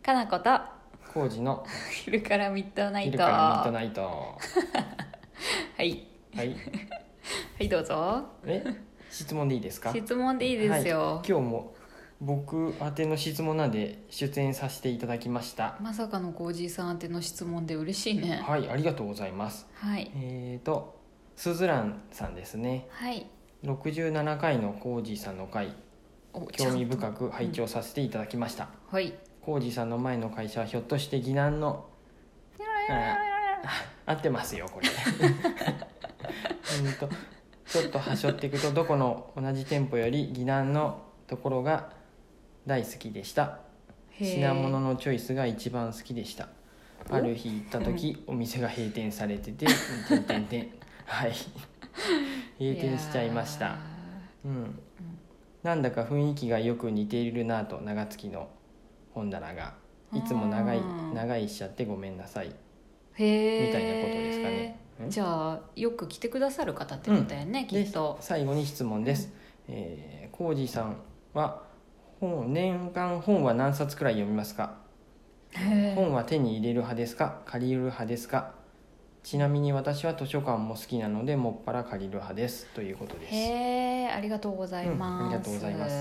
かなこと工事の昼からミッドナイト。 昼からミッドナイト。 はいはい。 はいどうぞ。 質問でいいですか？ 質問でいいですよ、 はい、今日も僕宛ての質問なんで出演させていただきました。 まさかのコージーさん宛ての質問で嬉しいね。 はい、ありがとうございます。 はい。 すずらんさんですね。 はい。 67回のコージーさんの回、興味深く拝聴させていただきました。 はい。 コージーさんの前の会社はひょっとして疑難の合ってますよこれちょっとはしょっていくとどこの同じ店舗より疑難のところが大好きでした。品物のチョイスが一番好きでした。ある日行った時、お店が閉店されててはい閉店しちゃいました。なんだか雰囲気がよく似ているなと。長月の本棚がいつも長いしちゃってごめんなさいみたいなことですかね。 じゃあよく来てくださる方ってことだよね、きっと。 最後に質問です。コージーさんは年間本は何冊くらい読みますか？本は手に入れる派ですか借りる派ですか？ちなみに私は図書館も好きなのでもっぱら借りる派ですということです。 ありがとうございます、 ありがとうございます。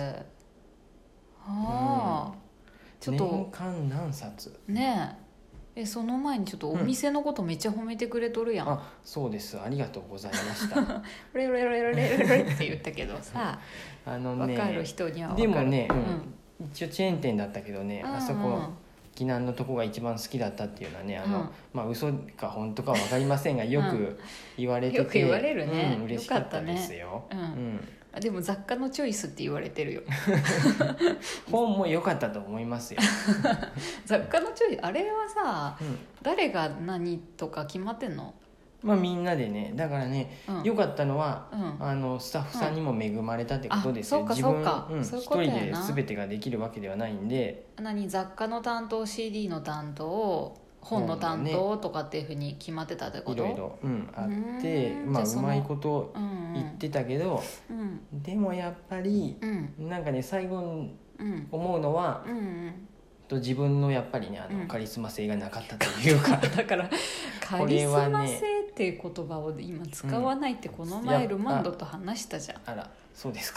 ちょっと年間何冊ねえ。その前にちょっとお店のことめっちゃ褒めてくれとるやん、 そうです、ありがとうございましたレレレレレレって言ったけどさ分かる人には分かる。 でもね、一応チェーン店だったけどね、あそこ疑難のとこが一番好きだったっていうのはね、嘘か本当か分かりませんがよく言われてて、 よく言われるね、 嬉しかったですよ。 でも雑貨のチョイスって言われてるよ本も良かったと思いますよ雑貨のチョイスあれはさ、誰が何とか決まってんの？ みんなでね、だからね、良かったのは、スタッフさんにも恵まれたってことですよ。自分一人で全てができるわけではないんで。 雑貨の担当、 CD の担当、本の担当とかっていうふうに決まってたってこと？ いろいろ、あって、うまいこと言ってたけど、でもやっぱり、なんかね最後に思うのは、自分のやっぱりねカリスマ性がなかったというかだからカリスマ性っていう言葉を今使わないってこの前ルマンドと話したじゃん。 あら、そうですか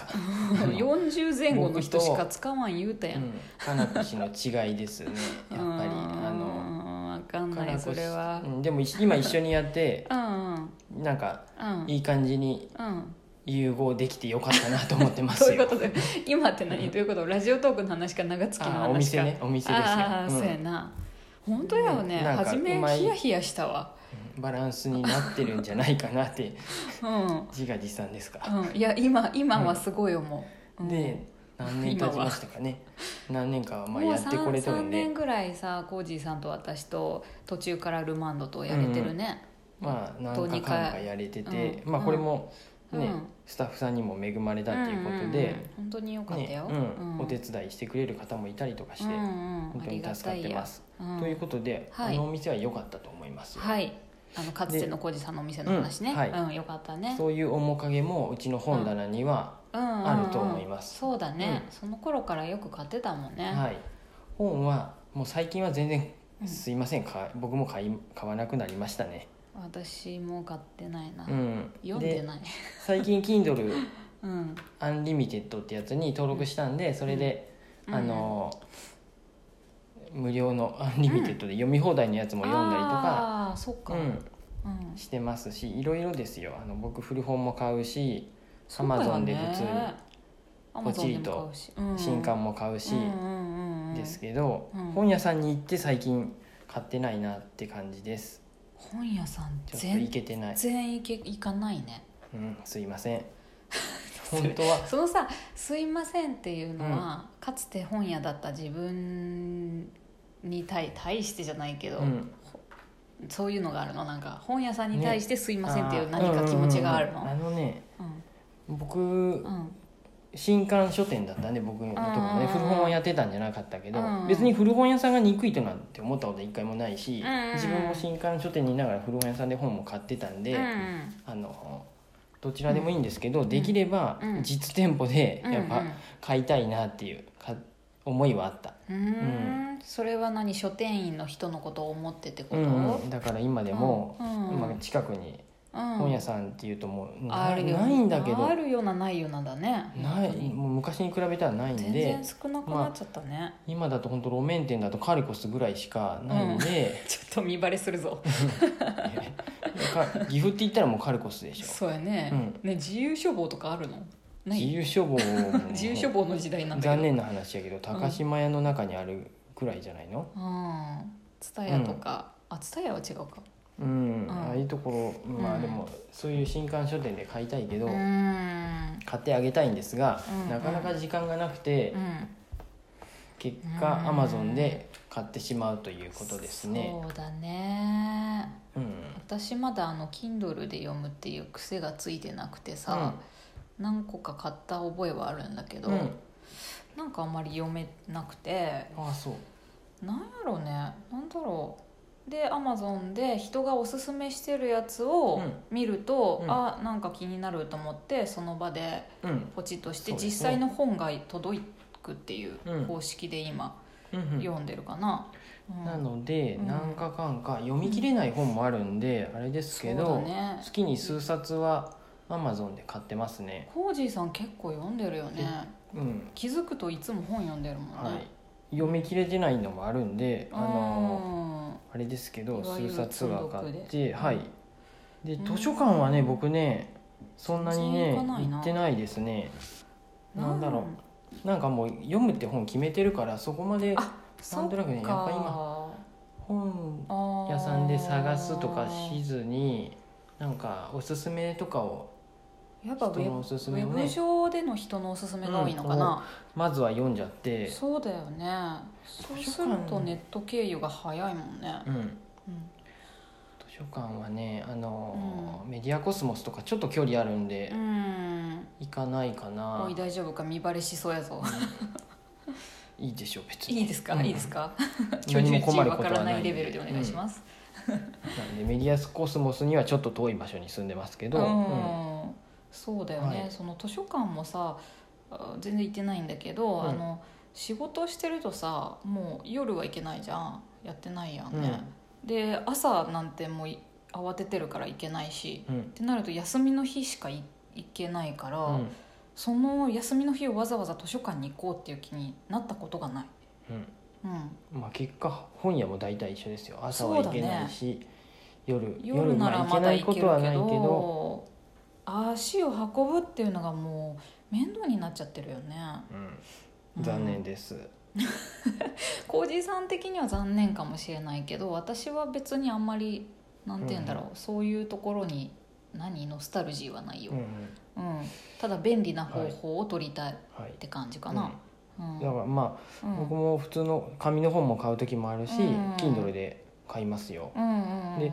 40前後の人しか使わん言うたやん。 かなこ氏の違いですねやっぱり分かんないそれは。 でも今一緒にやってなんかいい感じに融合できてよかったなと思ってますよ。 どういうことで今って何？どういうこと？ラジオトークの話か長月の話か。 お店ね、お店ですよ。 そうやな、本当やよね。初めヒヤヒヤしたわ。 バランスになってるんじゃないかなって自画自賛ですか。 いや今はすごい思う。 で何年経ちましたかね。何年かはやってこれとるんで、 3年ぐらいさ、コージーさんと私と途中からルマンドとやれてるね。 何回かやれてて、これもね、スタッフさんにも恵まれたっていうことで、 本当に良かったよ、 お手伝いしてくれる方もいたりとかして、本当に助かってます、ということで、お店は良かったと思いますよ。 かつてのコージさんのお店の話ね、良かったね。 そういう面影もうちの本棚にはあると思います。 そうだね、その頃からよく買ってたもんね。 本はもう最近は全然すいません、僕も買わなくなりましたね。 私も買ってないな、読んでない最近 Kindle Unlimited ってやつに登録したんで、それで無料のアンリミテッドで読み放題のやつも読んだりとかしてますし、いろいろですよ。僕古本も買うし、Amazon で普通にポチリと新刊も買うしですけど、本屋さんに行って最近買ってないなって感じです。 本屋さんちょっと行けてない。 全然行かないね。 すいません本当はそのさすいませんっていうのは、かつて本屋だった自分に対してじゃないけど、そういうのがあるの？なんか本屋さんに対してすいませんっていう何か気持ちがあるの？ 僕、新刊書店だったんで、僕のところね、古本はやってたんじゃなかったけど、別に古本屋さんが憎いとなんて思ったことは一回もないし、自分も新刊書店にいながら古本屋さんで本も買ってたんで、どちらでもいいんですけど、できれば実店舗でやっぱ買いたいなっていう思いはあった。 それは何、書店員の人のことを思ってってこと、 だから今でも、今近くに本屋さんっていうともうないんだけど、 あるようなないようなだね。 もう昔に比べたらないんで全然少なくなっちゃったね、 今だと本当路面店だとカリコスぐらいしかないんで、 ちょっと見バレするぞ岐阜って言ったらもうカリコスでしょ。 そうやね、ね、自由書房とかあるの？ 自由書房自由書房の時代なんだけど残念な話やけど高島屋の中にあるくらいじゃないの？ 蔦屋とか、蔦屋は違うか、 ああいうところ、まあでもそういう新刊書店で買いたいけど、買ってあげたいんですが、なかなか時間がなくて、結果Amazonで買ってしまうということですね。 そうだね、私まだKindle で読むっていう癖がついてなくてさ、何個か買った覚えはあるんだけど、なんかあんまり読めなくて、なんやろうね、なんだろう、で Amazon で人がおすすめしてるやつを見ると、なんか気になると思ってその場でポチッとして、実際の本が届くっていう方式で今読んでるかな、 なので何かかんか読み切れない本もあるんで、あれですけど、月に数冊はAmazon で買ってますね。 コージーさん結構読んでるよね、気づくといつも本読んでるもんね、読み切れてないのもあるんで、あれですけど数冊は買って、で図書館はね僕ねそんなにね行ってないですね。なんだろう、なんかもう読むって本決めてるからそこまでなんとなくね、やっぱ今本屋さんで探すとかしずに、なんかおすすめとかを、 やっぱウェブ上での人のおすすめが多いのかな、 まずは読んじゃって。 そうだよね、そうするとネット経由が早いもんね。図書館はねメディアコスモスとかちょっと距離あるんで、行かないかな。 おい大丈夫か、見バレしそうやぞいいでしょう別に。 いいですか、いいですか居住地わからないレベルでお願いします、 なんでメディアコスモスにはちょっと遠い場所に住んでますけど、 そうだよね、その図書館もさ全然行ってないんだけど、仕事してるとさもう夜は行けないじゃん、やってないやんね、で朝なんてもう慌ててるから行けないし、ってなると休みの日しか行けないから、その休みの日をわざわざ図書館に行こうっていう気になったことがない、 まあ結果本屋も大体一緒ですよ。朝は行けないし、夜ならまだ行けるけど足を運ぶっていうのがもう面倒になっちゃってるよね、 残念です。 コージーさん的には残念かもしれないけど、私は別にあんまりなんて言うんだろう、そういうところにノスタルジーはないよ、ただ便利な方法を取りたいって感じかな、 だからまあ、僕も普通の紙の本も買う時もあるし、Kindle で買いますよ、で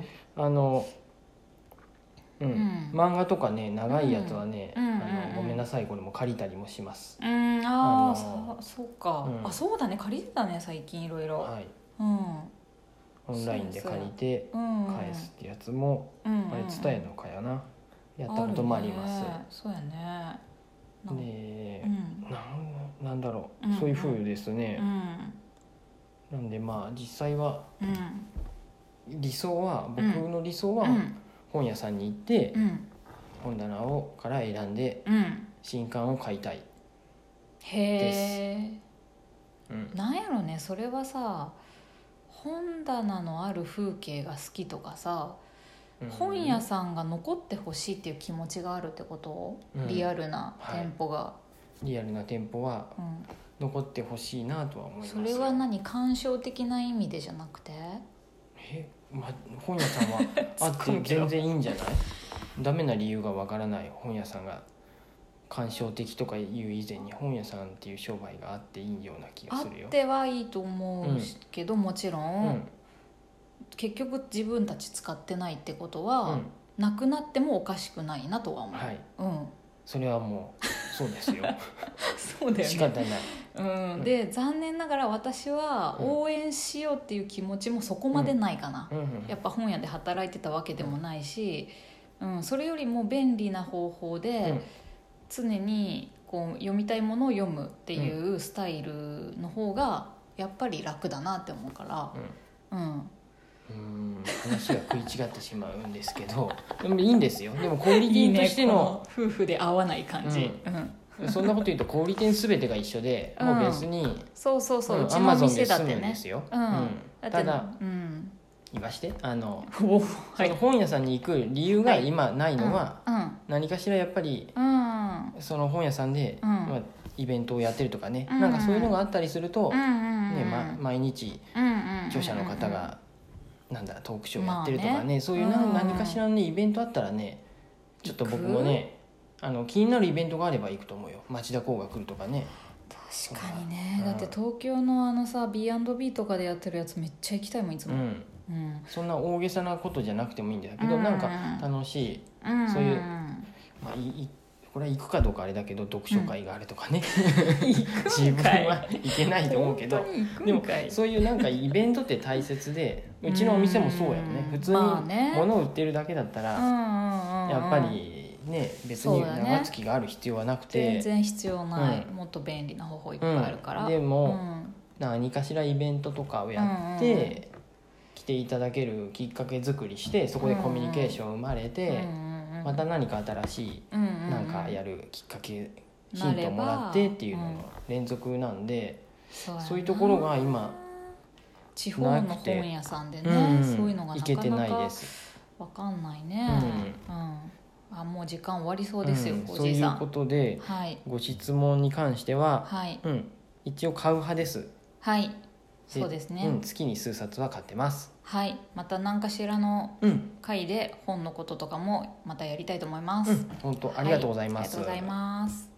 漫画とかね長いやつはね、ごめんなさいこれも借りたりもします。 そうか、そうだね、借りてたね最近いろいろ、 オンラインで借りて返すってやつも、あれツタヤのかやな、やったこともあります。 そうやね。 で、なんだろう、そういう風ですね。なんでまあ実際は、理想は僕の理想は本屋さんに行って、本棚から選んで新刊を買いたいです。 へえ、なんやろね、それはさ本棚のある風景が好きとかさ、本屋さんが残ってほしいっていう気持ちがあるってこと、リアルな店舗が、 リアルな店舗は残ってほしいなとは思います。 それは何、感傷的な意味でじゃなくて、 本屋さんはあって全然いいんじゃないダメな理由がわからない。本屋さんが感傷的とかいう以前に本屋さんっていう商売があっていいような気がするよ。 あってはいいと思うけど、もちろん、結局自分たち使ってないってことは、なくなってもおかしくないなとは思う。 それはもうそうですよそうだよね、 仕方ない、 で残念ながら私は応援しようっていう気持ちもそこまでないかな、やっぱ本屋で働いてたわけでもないし、それよりも便利な方法で、常にこう読みたいものを読むっていうスタイルの方がやっぱり楽だなって思うからうん話が食い違ってしまうんですけどでもいいんですよ。でも小売店としての夫婦で合わない感じ、 そんなこと言うと小売店全てが一緒で、もう別にそうそうそう、うちの店だってね、 Amazon で済むんですよ。 ただ言わしてそのはい、 本屋さんに行く理由が今ないのは、何かしらやっぱり、その本屋さんで、イベントをやってるとかね、なんかそういうのがあったりすると、毎日著者の方がなんだトークショーやってるとかね、そういう何かしらの、ね、イベントあったらね、ちょっと僕もね気になるイベントがあれば行くと思うよ。町田公が来るとかね。 確かにね、だって東京のさ B&B とかでやってるやつめっちゃ行きたいもんいつも、 そんな大げさなことじゃなくてもいいんだけど、なんか楽しい、そういう、これは行くかどうかあれだけど読書会があるとかね、自分は行けないと思うけど、でもそういうなんかイベントって大切で、うちのお店もそうやよね。普通に物を売ってるだけだったら、やっぱりね、別に長月がある必要はなくて、 全然必要ない、もっと便利な方法いっぱいあるから、 でも、何かしらイベントとかをやって、来ていただけるきっかけ作りして、そこでコミュニケーション生まれて、また何か新しいなんかやるきっかけ、ヒントもらってっていうのの連続なんで、そういうところが今地方の本屋さんでね、そういうのがなかなかいけてないです。 分かんないね。もう時間終わりそうですよ、おそういうことで、ご質問に関しては、一応買う派です。はい、そうですね、月に数冊は買ってます。はい、また何かしらの回で本のこととかもまたやりたいと思います。 本当ありがとうございます。ありがとうございます。